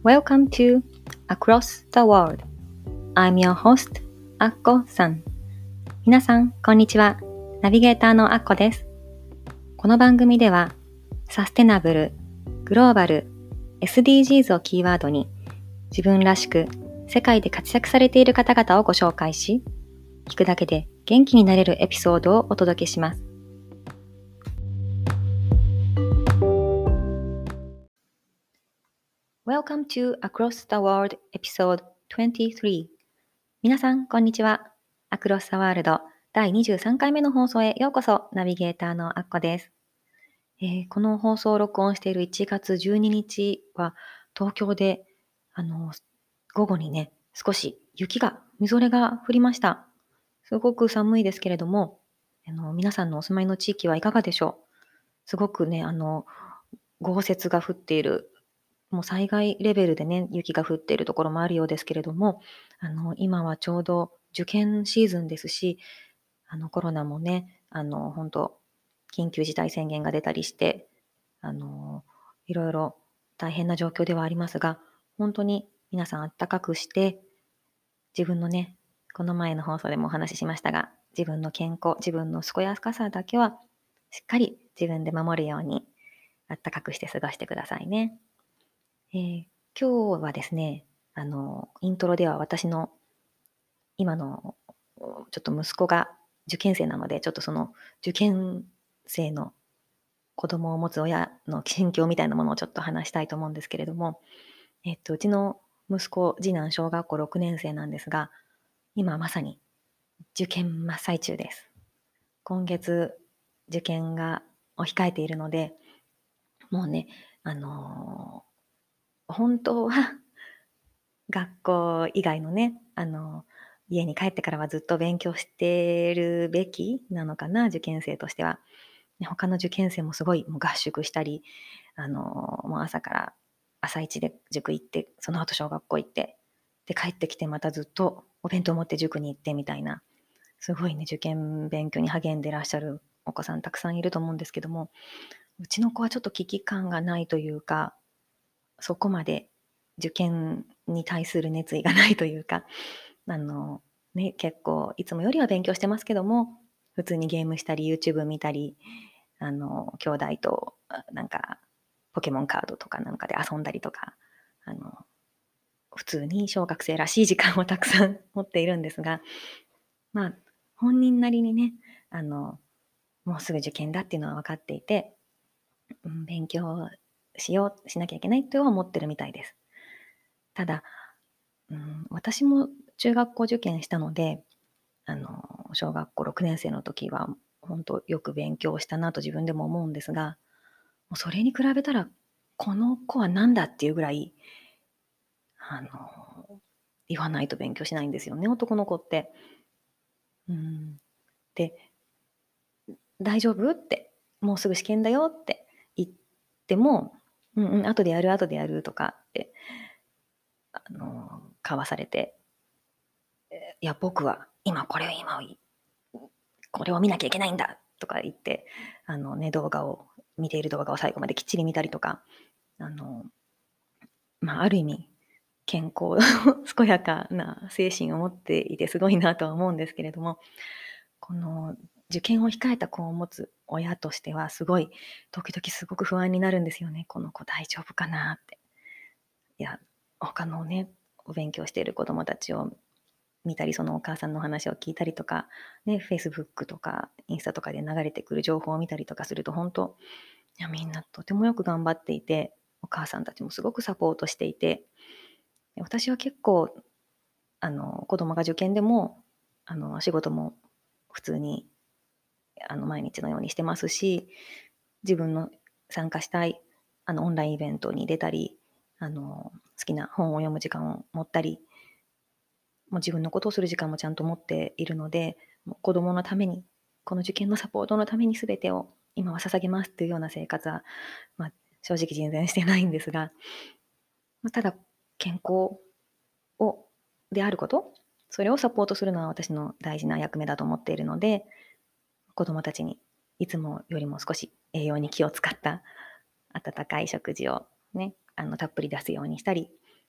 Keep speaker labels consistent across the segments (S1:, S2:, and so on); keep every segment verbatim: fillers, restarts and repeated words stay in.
S1: Welcome to Across the World. I'm your host, アッコさん。皆さん、こんにちは。ナビゲーターのアッコです。この番組では、サステナブル、グローバル、エスディージーズ をキーワードに、自分らしく世界で活躍されている方々をご紹介し、聞くだけで元気になれるエピソードをお届けします。Welcome to Across the World Episode にじゅうさん。皆さん、こんにちは。Across the World だいにじゅうさんかいめの放送へようこそ。ナビゲーターのアッコです。えーこの放送を録音しているいちがつじゅうににちは、東京で、あの、午後にね、少し雪が、みぞれが降りました。すごく寒いですけれども、あの、皆さんのお住まいの地域はいかがでしょう。すごくね、あの、豪雪が降っている、もう災害レベルでね、雪が降っているところもあるようですけれども、あの、今はちょうど受験シーズンですし、あの、コロナもね、あの、本当緊急事態宣言が出たりして、あの、いろいろ大変な状況ではありますが、本当に皆さんあったかくして、自分のね、この前の放送でもお話ししましたが、自分の健康、自分の健やかさだけはしっかり自分で守るように、あったかくして過ごしてくださいね。えー今日はですね、あの、イントロでは私の今のおちょっと息子が受験生なので、ちょっとその受験生の子供を持つ親の心境みたいなものをちょっと話したいと思うんですけれども、えっと、うちの息子、次男、小学校ろくねん生なんですが、今まさに受験真っ最中です。今月受験がを控えているので、もうね、あのー本当は学校以外のね、あの、家に帰ってからはずっと勉強してるべきなのかな、受験生としては。ね他の受験生もすごいもう合宿したり、あの、もう朝から朝一で塾行って、その後小学校行って、で、帰ってきてまたずっとお弁当持って塾に行ってみたいな、すごいね、受験勉強に励んでらっしゃるお子さんたくさんいると思うんですけども、うちの子はちょっと危機感がないというか、そこまで受験に対する熱意がないというか、あの、ね、結構いつもよりは勉強してますけども、普通にゲームしたり、YouTube 見たり、あの、兄弟と、あなんか、ポケモンカードとかなんかで遊んだりとか、あの、普通に小学生らしい時間をたくさん持っているんですが、まあ、本人なりにね、あの、もうすぐ受験だっていうのは分かっていて、うん、勉強しよう、しなきゃいけないとは思ってるみたいです。ただ、うん、私も中学校受験したので、あの、小学校ろくねん生の時は、本当よく勉強したなと自分でも思うんですが、もうそれに比べたら、この子はなんだっていうぐらい、あの、言わないと勉強しないんですよね、男の子って。うん。で、大丈夫って、もうすぐ試験だよって言っても、うんうん、後でやる、後でやるとかって、あの、かわされて、いや、僕は今これを今をこれを見なきゃいけないんだとか言って、あのね、動画を、見ている動画を最後まできっちり見たりとか、あの、まあ、ある意味、健康、健やかな精神を持っていてすごいなとは思うんですけれども、この受験を控えた子を持つ親としては、すごい、時々すごく不安になるんですよね。この子大丈夫かなって。いや、他のね、お勉強している子供たちを見たり、そのお母さんの話を聞いたりとか、ね、Facebook とかインスタとかで流れてくる情報を見たりとかすると、本当、いや、みんなとてもよく頑張っていて、お母さんたちもすごくサポートしていて、私は結構、あの、子供が受験でも、あの、仕事も普通に、あの、毎日のようにしてますし、自分の参加したい、あの、オンラインイベントに出たり、あの、好きな本を読む時間を持ったり、もう自分のことをする時間もちゃんと持っているので、もう子供のために、この受験のサポートのために全てを今は捧げますっていうような生活は、まあ、正直全然してないんですが、まあ、ただ健康をであること、それをサポートするのは私の大事な役目だと思っているので、子供たちにいつもよりも少し栄養に気を使った温かい食事をね、あのたっぷり出すようにしたり、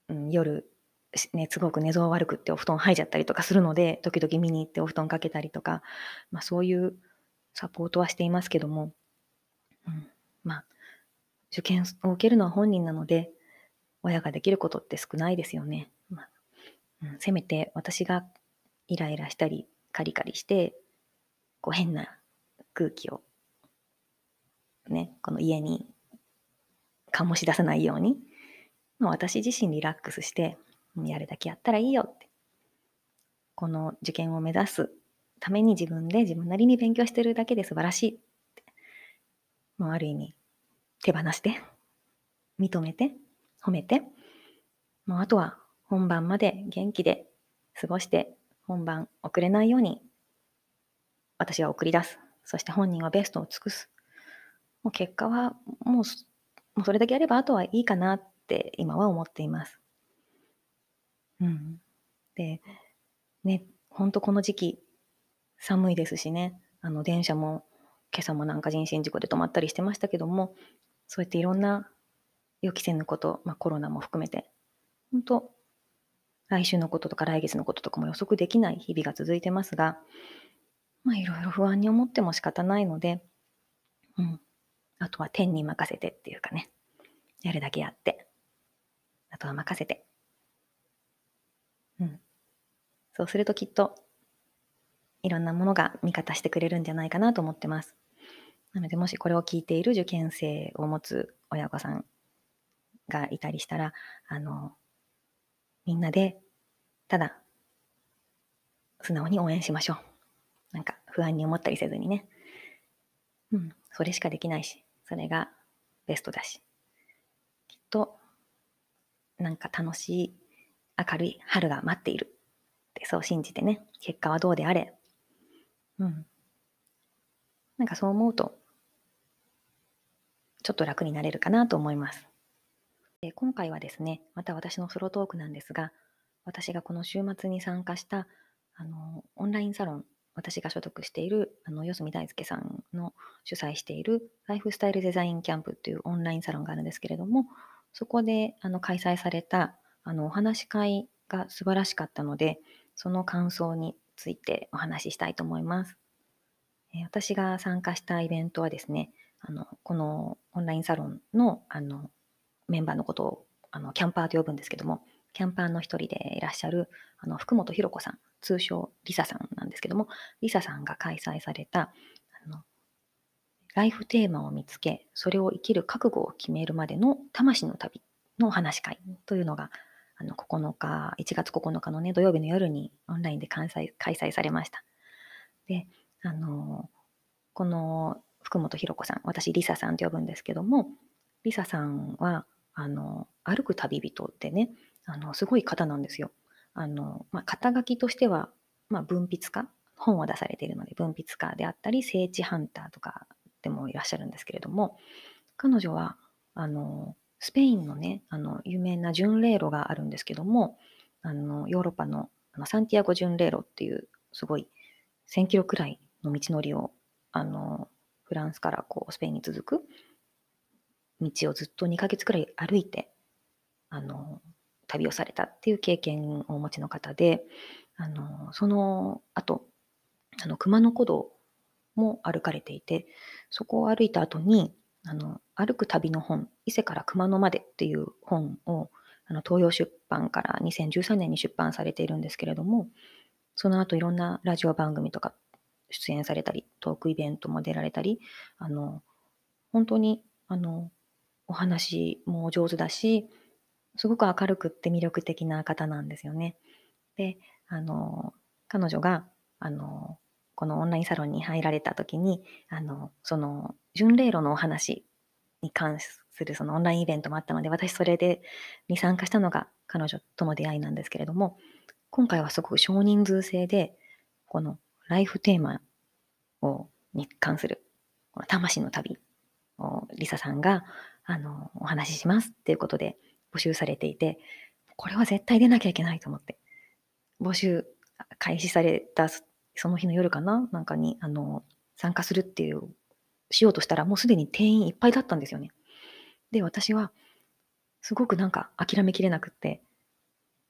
S1: うん、夜、ね、すごく寝相悪くってお布団剥いじゃったりとかするので、時々見に行ってお布団かけたりとか、まあ、そういうサポートはしていますけども、うん、まあ、受験を受けるのは本人なので、親ができることって少ないですよね。まあうん、せめて私がイライラしたり、カリカリして、こう変な空気をね、この家に醸し出さないように、まあ、私自身リラックスして、やるだけやったらいいよって、この受験を目指すために自分で自分なりに勉強してるだけで素晴らしいって、もうある意味手放して、認めて、褒めて、もうあとは本番まで元気で過ごして、本番遅れないように私は送り出す。そして本人はベストを尽くす。もう結果はもうもうそれだけやればあとはいいかなって今は思っています。うん。で、ね、ほんとこの時期寒いですしね、あの電車も今朝もなんか人身事故で止まったりしてましたけども、そうやっていろんな予期せぬこと、まあ、コロナも含めて、本当来週のこととか来月のこととかも予測できない日々が続いてますが、まあ、いろいろ不安に思っても仕方ないので、うん、あとは天に任せてっていうかね、やるだけやって、あとは任せて、うん、そうするときっといろんなものが味方してくれるんじゃないかなと思ってます。なので、もしこれを聞いている受験生を持つ親御さんがいたりしたら、あの、みんなで、ただ、素直に応援しましょう。なんか、不安に思ったりせずにね。うん、それしかできないし、それがベストだし、きっと、なんか楽しい、明るい春が待っているってそう信じてね、結果はどうであれ、うん、なんかそう思うと、ちょっと楽になれるかなと思います。で、今回はですね、また私のソロトークなんですが、私がこの週末に参加したあのオンラインサロン、私が所属しているあの四隅大輔さんの主催しているライフスタイルデザインキャンプというオンラインサロンがあるんですけれども、そこであの開催されたあのお話し会が素晴らしかったので、その感想についてお話ししたいと思います。えー私が参加したイベントはですね、あのこのオンラインサロンのあのメンバーのことをあのキャンパーと呼ぶんですけども、キャンパーの一人でいらっしゃるあの福本博子さん、通称リサさんなんですけども、リサさんが開催されたあのライフテーマを見つけ、それを生きる覚悟を決めるまでの魂の旅のお話し会というのが、あのここのか、いちがつここのかのね、土曜日の夜にオンラインで開催開催されました。で、あの、この福本博子さん、私リサさんと呼ぶんですけども、リサさんは、あの、歩く旅人ってね、あの、すごい方なんですよ。あの、まあ、肩書きとしては、まあ、文筆家、本を出されているので、文筆家であったり、聖地ハンターとかでもいらっしゃるんですけれども、彼女は、あの、スペインのね、あの、有名な巡礼路があるんですけども、あの、ヨーロッパのあのサンティアゴ巡礼路っていう、すごいせんキロくらいの道のりを、あの、フランスからこうスペインに続く道をずっとにかげつくらい歩いて、あの、旅をされたっていう経験をお持ちの方で、あの、その後、あの、熊野古道も歩かれていて、そこを歩いた後に、あの、歩く旅の本、伊勢から熊野までっていう本を、あの、東洋出版からにせんじゅうさんねんに出版されているんですけれども、その後いろんなラジオ番組とか出演されたり、トークイベントも出られたり、あの、本当に、あの、お話も上手だし、すごく明るくって魅力的な方なんですよね。で、あの、彼女が、あの、このオンラインサロンに入られた時に、あの、その、巡礼路のお話に関するそのオンラインイベントもあったので、私それでに参加したのが彼女との出会いなんですけれども、今回はすごく少人数制で、このライフテーマをに関する、この魂の旅をリサさんが、あの、お話ししますっていうことで募集されていて、これは絶対出なきゃいけないと思って、募集開始されたその日の夜かななんかに、あの、参加するっていう、しようとしたら、もうすでに定員いっぱいだったんですよね。で、私は、すごくなんか諦めきれなくって、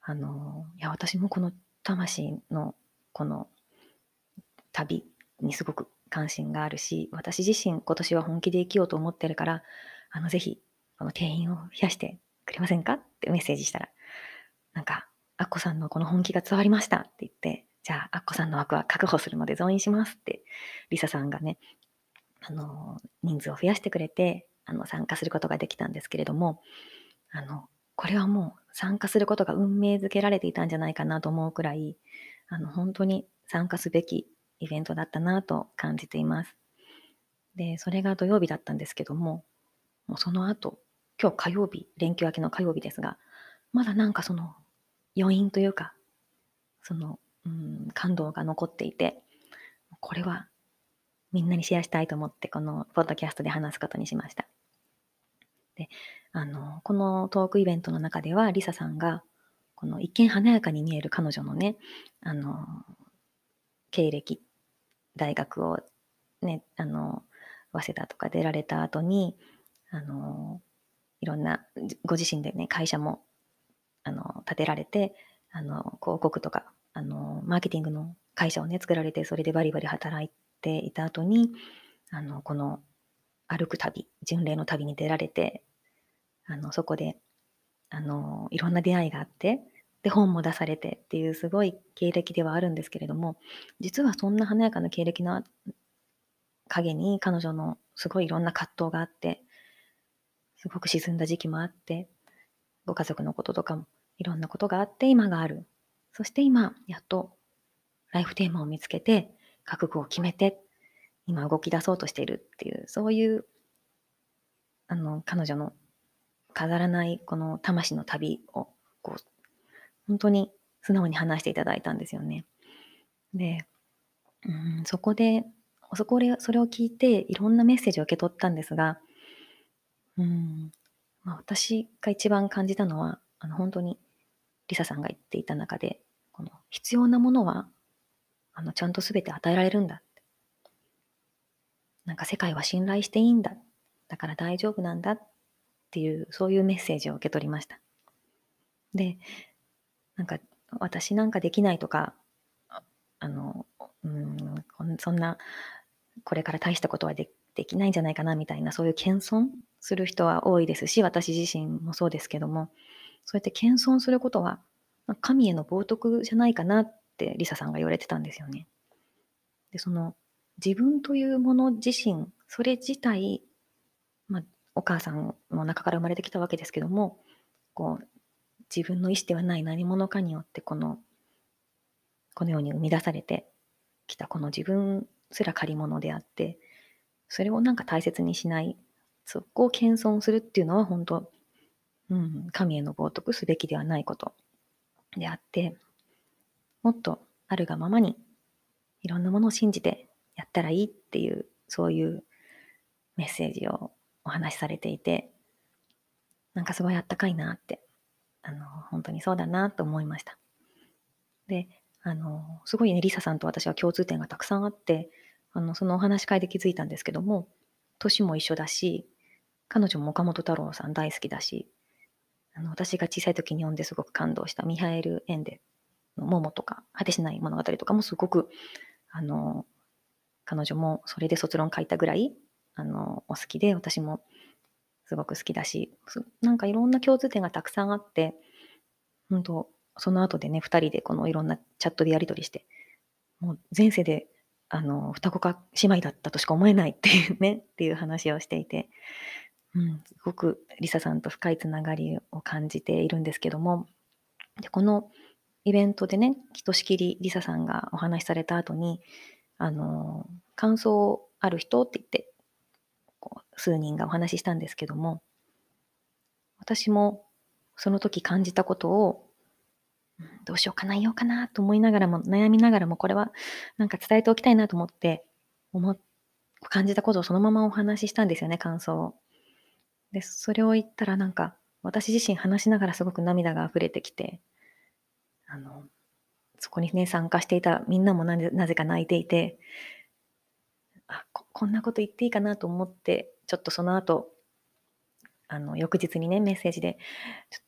S1: あの、いや、私もこの魂のこの旅にすごく関心があるし、私自身今年は本気で生きようと思ってるから、あの、ぜひ、あの、定員を増やしてくれませんかってメッセージしたら、なんか、アッコさんのこの本気が伝わりましたって言って、じゃあ、アッコさんの枠は確保するので増員しますって、リサさんがね、あの、人数を増やしてくれて、あの、参加することができたんですけれども、あの、これはもう参加することが運命づけられていたんじゃないかなと思うくらい、あの、本当に参加すべきイベントだったなと感じています。で、それが土曜日だったんですけども、もうその後、今日火曜日、連休明けの火曜日ですが、まだなんかその余韻というか、その、うん、感動が残っていて、これはみんなにシェアしたいと思って、このポッドキャストで話すことにしました。で、あの、このトークイベントの中では、リサさんが、この一見華やかに見える彼女のね、あの、経歴、大学をね、あの、早稲田とか出られた後に、あの、いろんな、ご自身でね、会社も、あの、建てられて、あの、広告とか、あの、マーケティングの会社をね、作られて、それでバリバリ働いていた後に、あの、この歩く旅、巡礼の旅に出られて、あの、そこで、あの、いろんな出会いがあって、で、本も出されてっていうすごい経歴ではあるんですけれども、実はそんな華やかな経歴の陰に彼女のすごいいろんな葛藤があって、すごく沈んだ時期もあって、ご家族のこととかもいろんなことがあって今がある。そして今、やっとライフテーマを見つけて、覚悟を決めて、今動き出そうとしているっていう、そういう、あの、彼女の飾らないこの魂の旅を、こう、本当に素直に話していただいたんですよね。で、うん、そこで、そこで、それを聞いていろんなメッセージを受け取ったんですが、うん、まあ、私が一番感じたのは、あの、本当にリサさんが言っていた中で、この必要なものは、あの、ちゃんとすべて与えられるんだって。なんか世界は信頼していいんだ。だから大丈夫なんだっていう、そういうメッセージを受け取りました。で、なんか、私なんかできないとか、ああの、うん、そんな、これから大したことはでできないんじゃないかなみたいな、そういう謙遜する人は多いですし、私自身もそうですけども、そうやって謙遜することは、ま神への冒涜じゃないかなってリサさんが言われてたんですよね。で、その自分というもの自身、それ自体、まあ、お母さんの中から生まれてきたわけですけども、こう自分の意思ではない何者かによってこのこのように生み出されてきたこの自分すら借り物であって、それをなんか大切にしない、そこを謙遜するっていうのは本当、うん、神への冒涜すべきではないことであって、もっとあるがままにいろんなものを信じてやったらいいっていう、そういうメッセージをお話しされていて、なんかすごいあったかいなって、あの、本当にそうだなと思いました。で、あの、すごいね、リサさんと私は共通点がたくさんあって、あの、そのお話し会で気づいたんですけども、年も一緒だし、彼女も岡本太郎さん大好きだし、あの、私が小さい時に読んですごく感動したミハエル・エンデのモモとか、果てしない物語とかもすごく、あの、彼女もそれで卒論書いたぐらい、あの、お好きで、私もすごく好きだし、なんかいろんな共通点がたくさんあって、本当その後でね、二人でこのいろんなチャットでやり取りして、もう前世で、あの、双子か姉妹だったとしか思えないっていうね、っていう話をしていて、うん、すごくリサさんと深いつながりを感じているんですけども、で、このイベントでね、ひとしきりリサさんがお話しされた後に、あの、感想ある人って言って、こう数人がお話ししたんですけども、私もその時感じたことを、うん、どうしようかな、言おうかなと思いながらも、悩みながらも、これはなんか伝えておきたいなと思って、思感じたことをそのままお話ししたんですよね、感想を。で、それを言ったらなんか、私自身話しながらすごく涙が溢れてきて、あの、そこにね、参加していたみんなもなぜなぜか泣いていて、あ、ここんなこと言っていいかなと思って、ちょっとその後、あの、翌日にね、メッセージで、ちょっと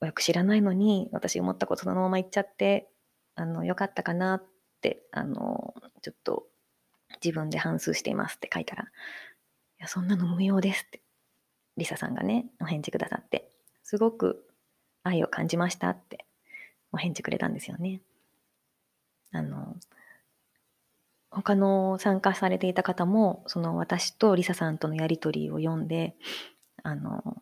S1: よく知らないのに、私思ったことそのまま言っちゃって、あの、よかったかなって、あの、ちょっと自分で反芻していますって書いたら、いや、そんなの無用ですって、リサさんがね、お返事くださって、すごく愛を感じましたってお返事くれたんですよね。あの、他の参加されていた方も、その私とリサさんとのやりとりを読んで、あの、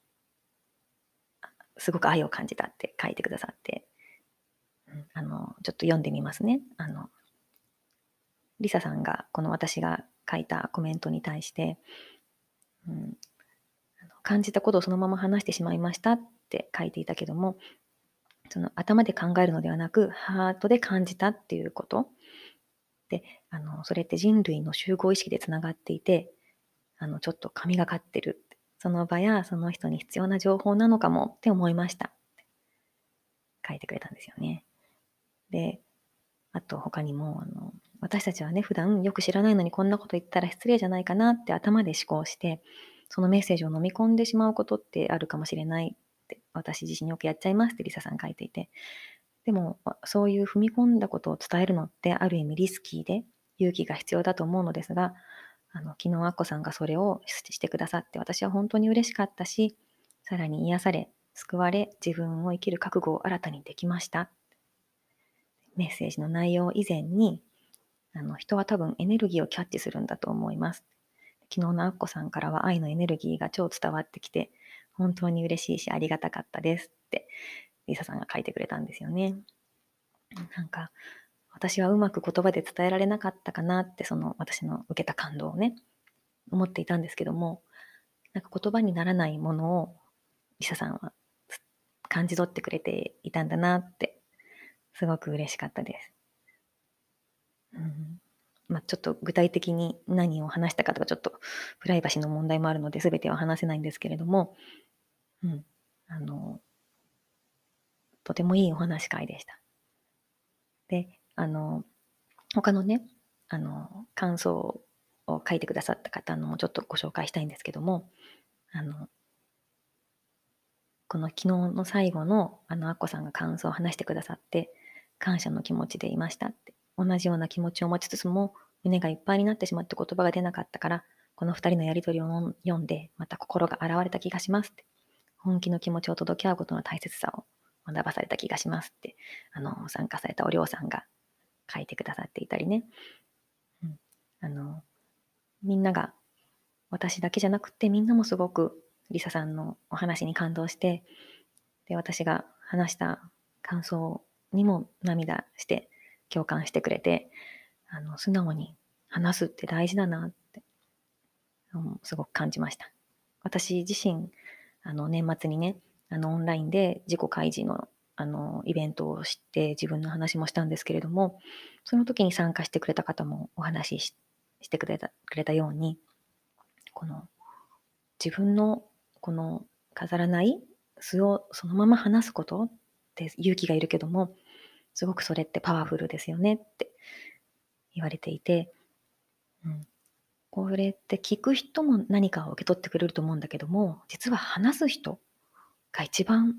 S1: すごく愛を感じたって書いてくださって、あの、ちょっと読んでみますね。あの、リサさんがこの私が書いたコメントに対して、うん、感じたことをそのまま話してしまいましたって書いていたけども、その頭で考えるのではなく、ハートで感じたっていうことで、あの、それって人類の集合意識でつながっていて、あの、ちょっと神がかってる。その場やその人に必要な情報なのかもって思いました。書いてくれたんですよね。で、あと他にも、あの、私たちはね、普段よく知らないのにこんなこと言ったら失礼じゃないかなって頭で思考して、そのメッセージを飲み込んでしまうことってあるかもしれないって、私自身よくやっちゃいますってリサさん書いていて。でも、そういう踏み込んだことを伝えるのってある意味リスキーで勇気が必要だと思うのですが、あの、昨日アッコさんがそれをしてくださって私は本当に嬉しかったし、さらに癒され、救われ、自分を生きる覚悟を新たにできました。メッセージの内容以前に、あの、人は多分エネルギーをキャッチするんだと思います。昨日のアッコさんからは愛のエネルギーが超伝わってきて、本当に嬉しいしありがたかったですって、リサさんが書いてくれたんですよね。なんか、私はうまく言葉で伝えられなかったかなって、その私の受けた感動をね、思っていたんですけども、なんか言葉にならないものをリサさんは感じ取ってくれていたんだなって、すごく嬉しかったです。うんまあ、ちょっと具体的に何を話したかとか、ちょっとプライバシーの問題もあるので、全ては話せないんですけれども、うん、あの、とてもいいお話し会でした。で、あの、他のね、あの、感想を書いてくださった方のもちょっとご紹介したいんですけども、あの、この昨日の最後の、あの、アッコさんが感想を話してくださって、感謝の気持ちでいましたって。同じような気持ちを持ちつつも、胸がいっぱいになってしまって言葉が出なかったから、この二人のやりとりを読んで、また心が洗われた気がしますって。本気の気持ちを届け合うことの大切さを学ばされた気がしますって、あの、参加されたおりょうさんが書いてくださっていたりね。うん、あの、みんなが、私だけじゃなくてみんなもすごくリサさんのお話に感動して、で、私が話した感想にも涙して共感してくれて、あの、素直に話すって大事だなって、うん、すごく感じました。私自身、あの、年末にね、あの、オンラインで自己開示の、あの、イベントをして自分の話もしたんですけれども、その時に参加してくれた方もお話ししてくれた、くれたように、この自分のこの飾らない素をそのまま話すことって勇気がいるけども、すごくそれってパワフルですよねって言われていて、うん、これって聞く人も何かを受け取ってくれると思うんだけども、実は話す人が一番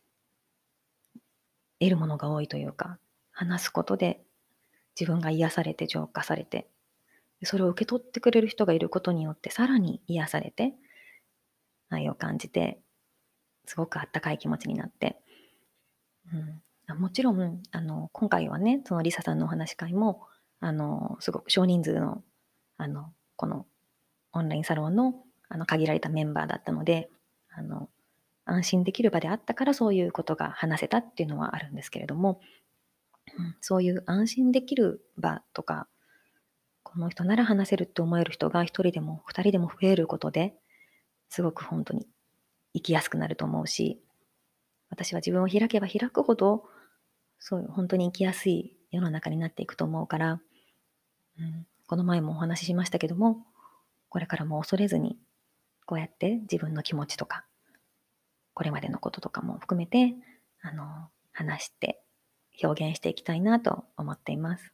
S1: 得るものが多いというか、話すことで自分が癒されて浄化されて、それを受け取ってくれる人がいることによってさらに癒されて、愛を感じて、すごくあったかい気持ちになって、うん、もちろん、あの、今回はね、そのリサさんのお話し会も、あの、すごく少人数の、あの、このオンラインサロンの、あの、限られたメンバーだったので、あの、安心できる場であったからそういうことが話せたっていうのはあるんですけれども、うん、そういう安心できる場とか、この人なら話せるって思える人が一人でも二人でも増えることで、すごく本当に生きやすくなると思うし、私は自分を開けば開くほど、そういう本当に生きやすい世の中になっていくと思うから、うん、この前もお話ししましたけども、これからも恐れずに、こうやって自分の気持ちとか、これまでのこととかも含めて、あの、話して表現していきたいなと思っています。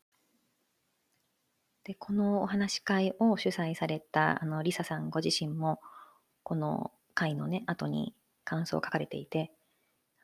S1: で、このお話し会を主催された、あの、リサさんご自身も、この会のね、後に感想を書かれていて、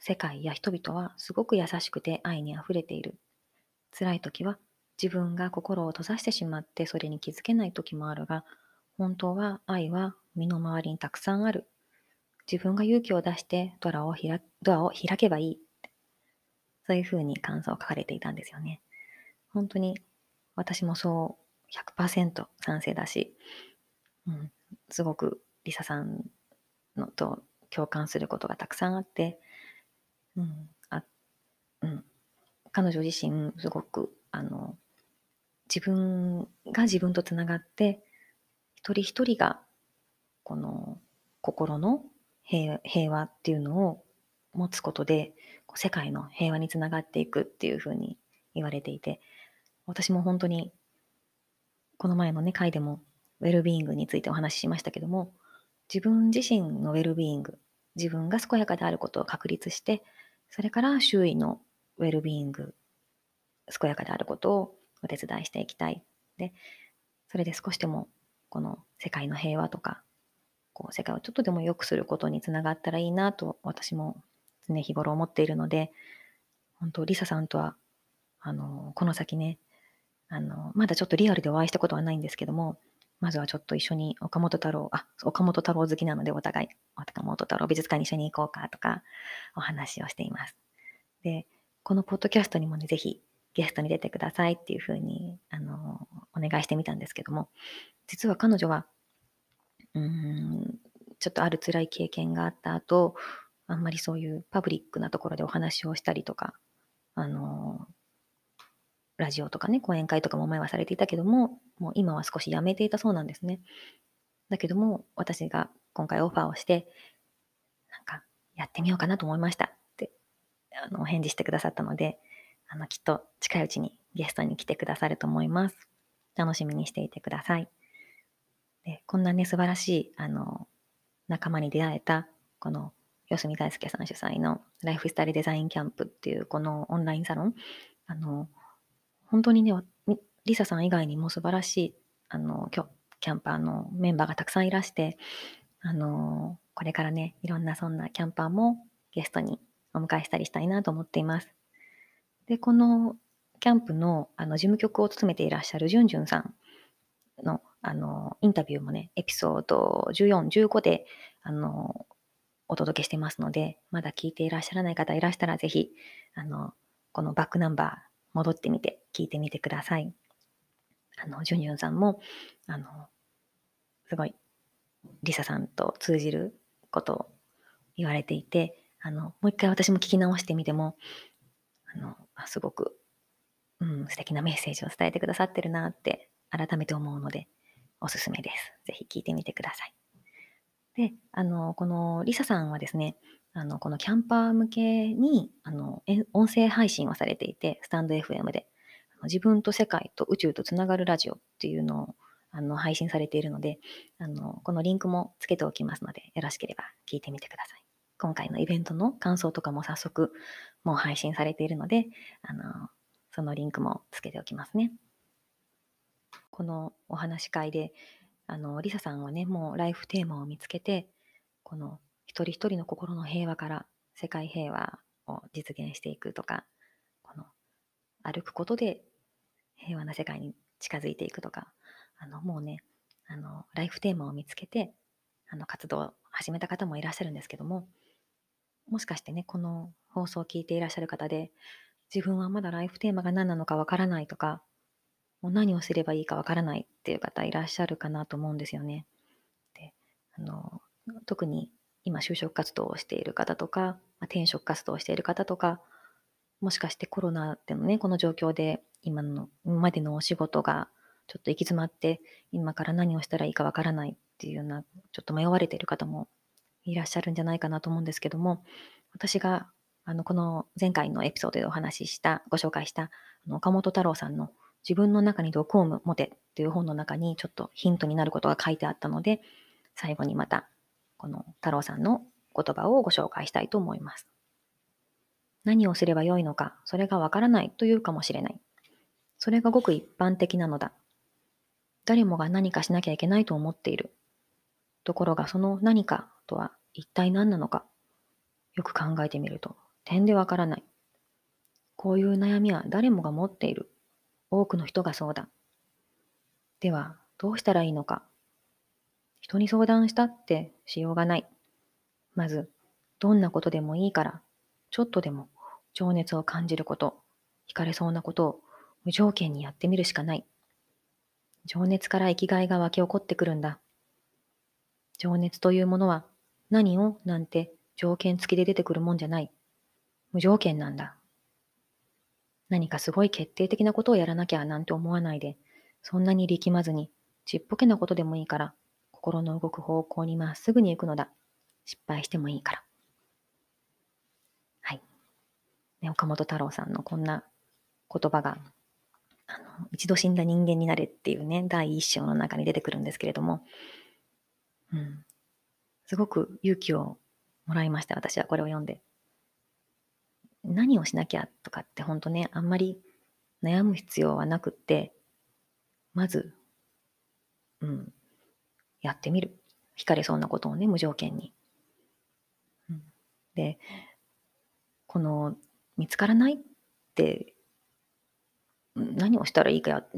S1: 世界や人々はすごく優しくて愛にあふれている。辛い時は自分が心を閉ざしてしまってそれに気づけない時もあるが、本当は愛は身の回りにたくさんある。自分が勇気を出してドアを開ドアを開けばいい。そういうふうに感想を書かれていたんですよね。本当に私もそうひゃくパーセント賛成だし、うん、すごくリサさんのと共感することがたくさんあって、うんあうん、彼女自身すごくあの自分が自分とつながって一人一人がこの心の平平和っていうのを持つことで世界の平和につながっていくっていうふうに言われていて、私も本当にこの前のね回でもウェルビーイングについてお話ししましたけども、自分自身のウェルビーイング、自分が健やかであることを確立して、それから周囲のウェルビーイング、健やかであることをお手伝いしていきたい。で、それで少しでもこの世界の平和とか、こう世界をちょっとでも良くすることにつながったらいいなと私も常日頃思っているので、本当リサさんとはあのこの先ね、あのまだちょっとリアルでお会いしたことはないんですけども、まずはちょっと一緒に岡本太郎、あ、岡本太郎好きなのでお互い岡本太郎美術館に一緒に行こうかとかお話をしています。で、このポッドキャストにもね、ぜひゲストに出てくださいっていうふうにあのお願いしてみたんですけども、実は彼女はうーんちょっとある辛い経験があった後、あんまりそういうパブリックなところでお話をしたりとか、あのラジオとかね、講演会とかも前はされていたけども、もう今は少しやめていたそうなんですね。だけども、私が今回オファーをして、なんか、やってみようかなと思いましたってあのお返事してくださったので、あのきっと近いうちにゲストに来てくださると思います。楽しみにしていてください。で、こんなね、素晴らしいあの仲間に出会えた、この四隅大輔さん主催のライフスタイルデザインキャンプっていうこのオンラインサロン、あの本当にね、リサさん以外にも素晴らしいあのキャンパーのメンバーがたくさんいらして、あのこれからね、いろんなそんなキャンパーもゲストにお迎えしたりしたいなと思っています。で、このキャンプのあの事務局を務めていらっしゃるじゅんじゅんさんのあのインタビューもね、エピソードじゅうよん、じゅうごであのお届けしてますので、まだ聞いていらっしゃらない方いらしたらぜひあのこのバックナンバー戻ってみて聞いてみてください。あのジュニュンさんもあのすごいリサさんと通じることを言われていて、あのもう一回私も聞き直してみても、あのすごく、うん、素敵なメッセージを伝えてくださってるなって改めて思うのでおすすめです。ぜひ聞いてみてください。で、あのこのリサさんはですね、あのこのキャンパー向けにあの音声配信をされていて、スタンド エフエム で自分と世界と宇宙とつながるラジオっていうのをあの配信されているので、あのこのリンクもつけておきますので、よろしければ聞いてみてください。今回のイベントの感想とかも早速もう配信されているので、あのそのリンクもつけておきますね。このお話し会であのリサさんはね、もうライフテーマを見つけて、この一人一人の心の平和から世界平和を実現していくとか、この歩くことで平和な世界に近づいていくとか、あのもうね、あのライフテーマを見つけてあの活動を始めた方もいらっしゃるんですけども、もしかしてね、この放送を聞いていらっしゃる方で、自分はまだライフテーマが何なのかわからないとか、もう何をすればいいかわからないっていう方いらっしゃるかなと思うんですよね。で、あの特に今就職活動をしている方とか、転職活動をしている方とか、もしかしてコロナでのね、この状況で今の今までのお仕事がちょっと行き詰まって、今から何をしたらいいかわからないっていうような、ちょっと迷われている方もいらっしゃるんじゃないかなと思うんですけども、私があのこの前回のエピソードでお話しした、ご紹介したあの岡本太郎さんの自分の中に毒を持てっていう本の中にちょっとヒントになることが書いてあったので、最後にまたこの太郎さんの言葉をご紹介したいと思います。何をすればよいのか、それがわからないというかもしれない。それがごく一般的なのだ。誰もが何かしなきゃいけないと思っている。ところがその何かとは一体何なのか、よく考えてみると点でわからない。こういう悩みは誰もが持っている。多くの人がそうだ。では、どうしたらいいのか。人に相談したってしようがない。まず、どんなことでもいいから、ちょっとでも情熱を感じること、惹かれそうなことを無条件にやってみるしかない。情熱から生きがいが湧き起こってくるんだ。情熱というものは何をなんて条件付きで出てくるもんじゃない。無条件なんだ。何かすごい決定的なことをやらなきゃなんて思わないで、そんなに力まずに、ちっぽけなことでもいいから、心の動く方向にまっすぐに行くのだ。失敗してもいいから。はい。ね、岡本太郎さんのこんな言葉が、あの、一度死んだ人間になれっていうね、第一章の中に出てくるんですけれども、うん、すごく勇気をもらいました、私はこれを読んで。何をしなきゃとかって本当ね、あんまり悩む必要はなくって、まず、うん、やってみる。惹かれそうなことをね、無条件に。うん、で、この見つからないって、何をしたらいいかや、うん、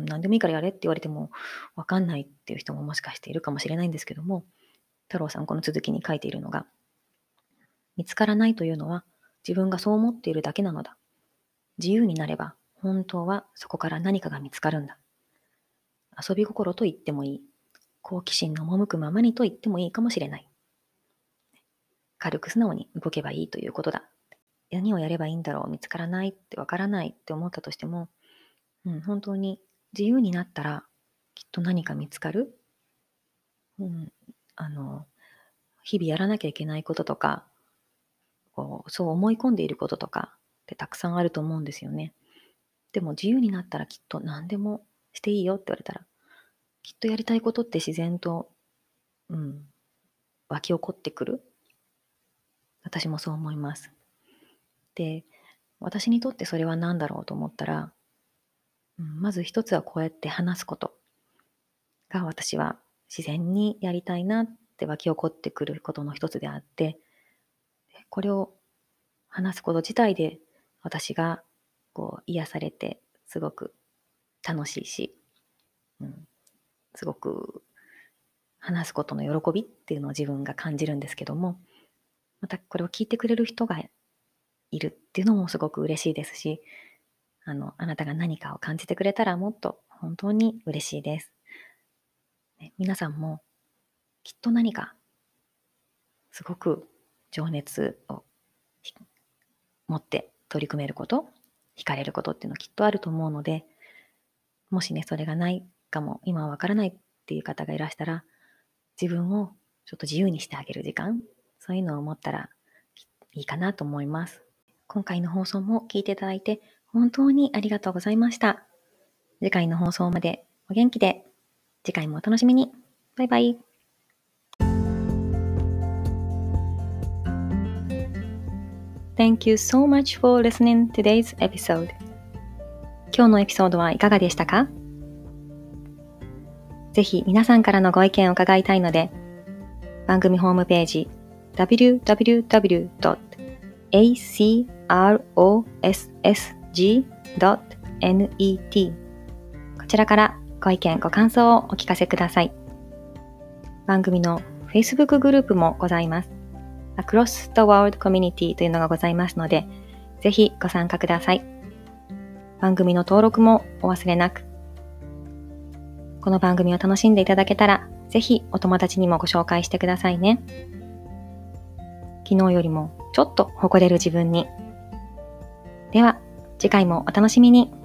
S1: 何でもいいからやれって言われても分かんないっていう人ももしかしているかもしれないんですけども、太郎さんこの続きに書いているのが、見つからないというのは自分がそう思っているだけなのだ。自由になれば本当はそこから何かが見つかるんだ。遊び心と言ってもいい。好奇心の赴くままにと言ってもいいかもしれない。軽く素直に動けばいいということだ。何をやればいいんだろう、見つからないってわからないって思ったとしても、うん、本当に自由になったらきっと何か見つかる。うん、あの日々やらなきゃいけないこととか、こうそう思い込んでいることとかってたくさんあると思うんですよね。でも自由になったらきっと何でもしていいよって言われたら、きっとやりたいことって自然と、うん、湧き起こってくる。私もそう思います。で、私にとってそれは何だろうと思ったら、うん、まず一つはこうやって話すことが私は自然にやりたいなって湧き起こってくることの一つであって、これを話すこと自体で私がこう癒されてすごく楽しいし、うん、すごく話すことの喜びっていうのを自分が感じるんですけども、またこれを聞いてくれる人がいるっていうのもすごく嬉しいですし、あの、あなたが何かを感じてくれたらもっと本当に嬉しいです。ね、皆さんもきっと何かすごく情熱を持って取り組めること、惹かれることっていうのはきっとあると思うので、もしね、それがないかも、今はわからないっていう方がいらしたら、自分をちょっと自由にしてあげる時間、そういうのを持ったらいいかなと思います。今回の放送も聞いていただいて本当にありがとうございました。次回の放送までお元気で、次回もお楽しみに。バイバイ。Thank you so much for listening today's episode. 今日のエピソードはいかがでしたか？ぜひ皆さんからのご意見を伺いたいので、番組ホームページ ダブリューダブリューダブリュードットエーシーアールオーエスエスジードットネット こちらからご意見ご感想をお聞かせください。番組の Facebook グループもございます。Across the World Community というのがございますので、ぜひご参加ください。番組の登録もお忘れなく。この番組を楽しんでいただけたら、ぜひお友達にもご紹介してくださいね。昨日よりもちょっと誇れる自分に。では、次回もお楽しみに。